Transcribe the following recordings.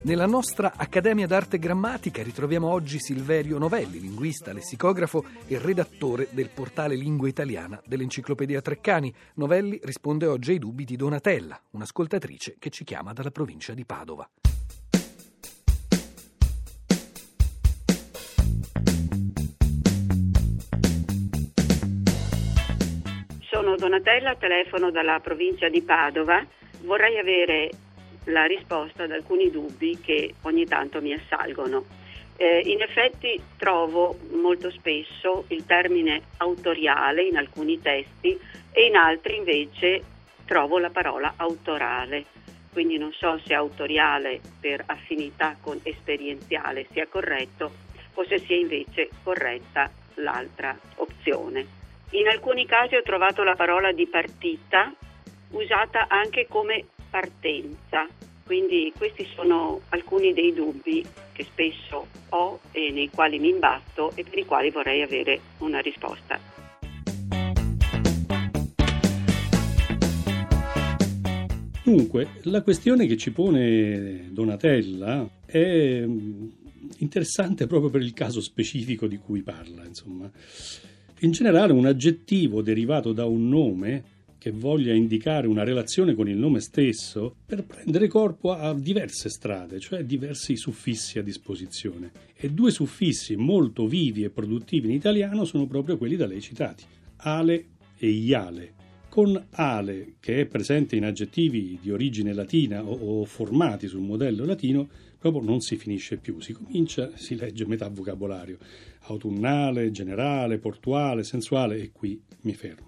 Nella nostra Accademia d'Arte e Grammatica ritroviamo oggi Silverio Novelli, linguista, lessicografo e redattore del portale Lingua Italiana dell'Enciclopedia Treccani. Novelli risponde oggi ai dubbi di Donatella, un'ascoltatrice che ci chiama dalla provincia di Padova. Sono Donatella, telefono dalla provincia di Padova. Vorrei avere la risposta ad alcuni dubbi che ogni tanto mi assalgono. In effetti trovo molto spesso il termine autoriale in alcuni testi e in altri invece trovo la parola autorale. Quindi non so se autoriale per affinità con esperienziale sia corretto o se sia invece corretta l'altra opzione. In alcuni casi ho trovato la parola dipartita usata anche come partenza, quindi questi sono alcuni dei dubbi che spesso ho e nei quali mi imbatto e per i quali vorrei avere una risposta. Dunque, la questione che ci pone Donatella è interessante proprio per il caso specifico di cui parla, insomma. In generale, un aggettivo derivato da un nome che voglia indicare una relazione con il nome stesso, per prendere corpo a diverse strade, cioè diversi suffissi a disposizione. E due suffissi molto vivi e produttivi in italiano sono proprio quelli da lei citati, ale e iale. Con ale, che è presente in aggettivi di origine latina o formati sul modello latino, proprio non si finisce più, si legge metà vocabolario, autunnale, generale, portuale, sensuale, e qui mi fermo.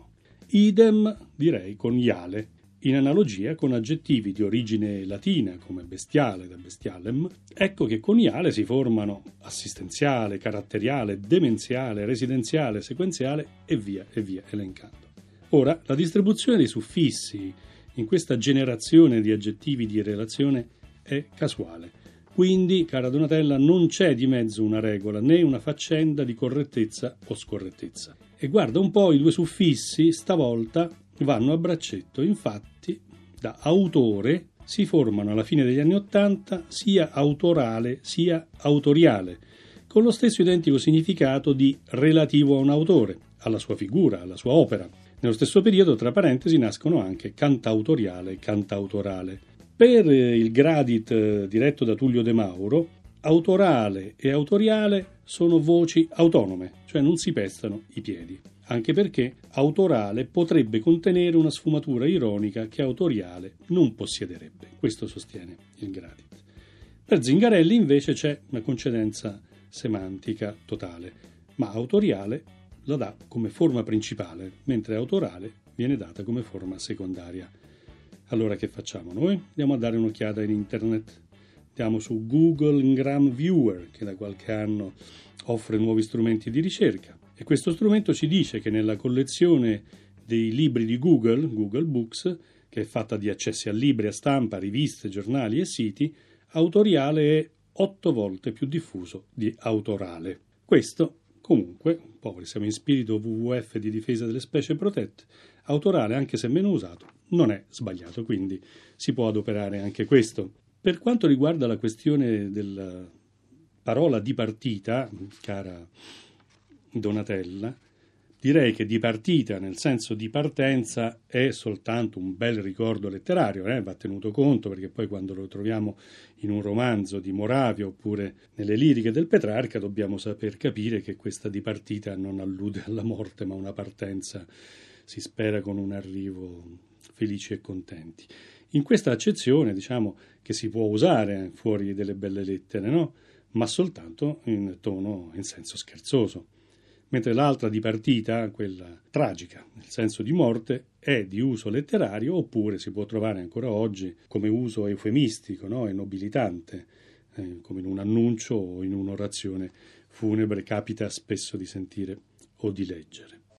Idem direi con iale, in analogia con aggettivi di origine latina come bestiale da bestialem. Ecco che con iale si formano assistenziale, caratteriale, demenziale, residenziale, sequenziale e via elencando. Ora, la distribuzione dei suffissi in questa generazione di aggettivi di relazione è casuale. Quindi, cara Donatella, non c'è di mezzo una regola né una faccenda di correttezza o scorrettezza. E guarda un po', i due suffissi stavolta vanno a braccetto. Infatti, da autore si formano alla fine degli anni '80 sia autorale sia autoriale, con lo stesso identico significato di relativo a un autore, alla sua figura, alla sua opera. Nello stesso periodo, tra parentesi, nascono anche cantautoriale e cantautorale. Per il Gradit diretto da Tullio De Mauro, autorale e autoriale sono voci autonome, cioè non si pestano i piedi, anche perché autorale potrebbe contenere una sfumatura ironica che autoriale non possiederebbe. Questo sostiene il Gradit. Per Zingarelli invece c'è una concedenza semantica totale, ma autoriale la dà come forma principale, mentre autorale viene data come forma secondaria. Allora che facciamo noi? Andiamo a dare un'occhiata in internet. Andiamo su Google Ngram Viewer, che da qualche anno offre nuovi strumenti di ricerca. E questo strumento ci dice che nella collezione dei libri di Google, Google Books, che è fatta di accessi a libri, a stampa, riviste, giornali e siti, autoriale è 8 volte più diffuso di autorale. Questo, comunque, un po' siamo in spirito WWF di difesa delle specie protette, autorale, anche se meno usato, non è sbagliato, quindi si può adoperare anche questo. Per quanto riguarda la questione della parola dipartita, cara Donatella, direi che dipartita nel senso di partenza è soltanto un bel ricordo letterario, va tenuto conto, perché poi quando lo troviamo in un romanzo di Moravia oppure nelle liriche del Petrarca dobbiamo saper capire che questa dipartita non allude alla morte ma a una partenza, si spera, con un arrivo felici e contenti. In questa accezione diciamo che si può usare fuori delle belle lettere, no? Ma soltanto in senso scherzoso. Mentre l'altra dipartita, quella tragica, nel senso di morte, è di uso letterario oppure si può trovare ancora oggi come uso eufemistico, no? E nobilitante, come in un annuncio o in un'orazione funebre capita spesso di sentire o di leggere.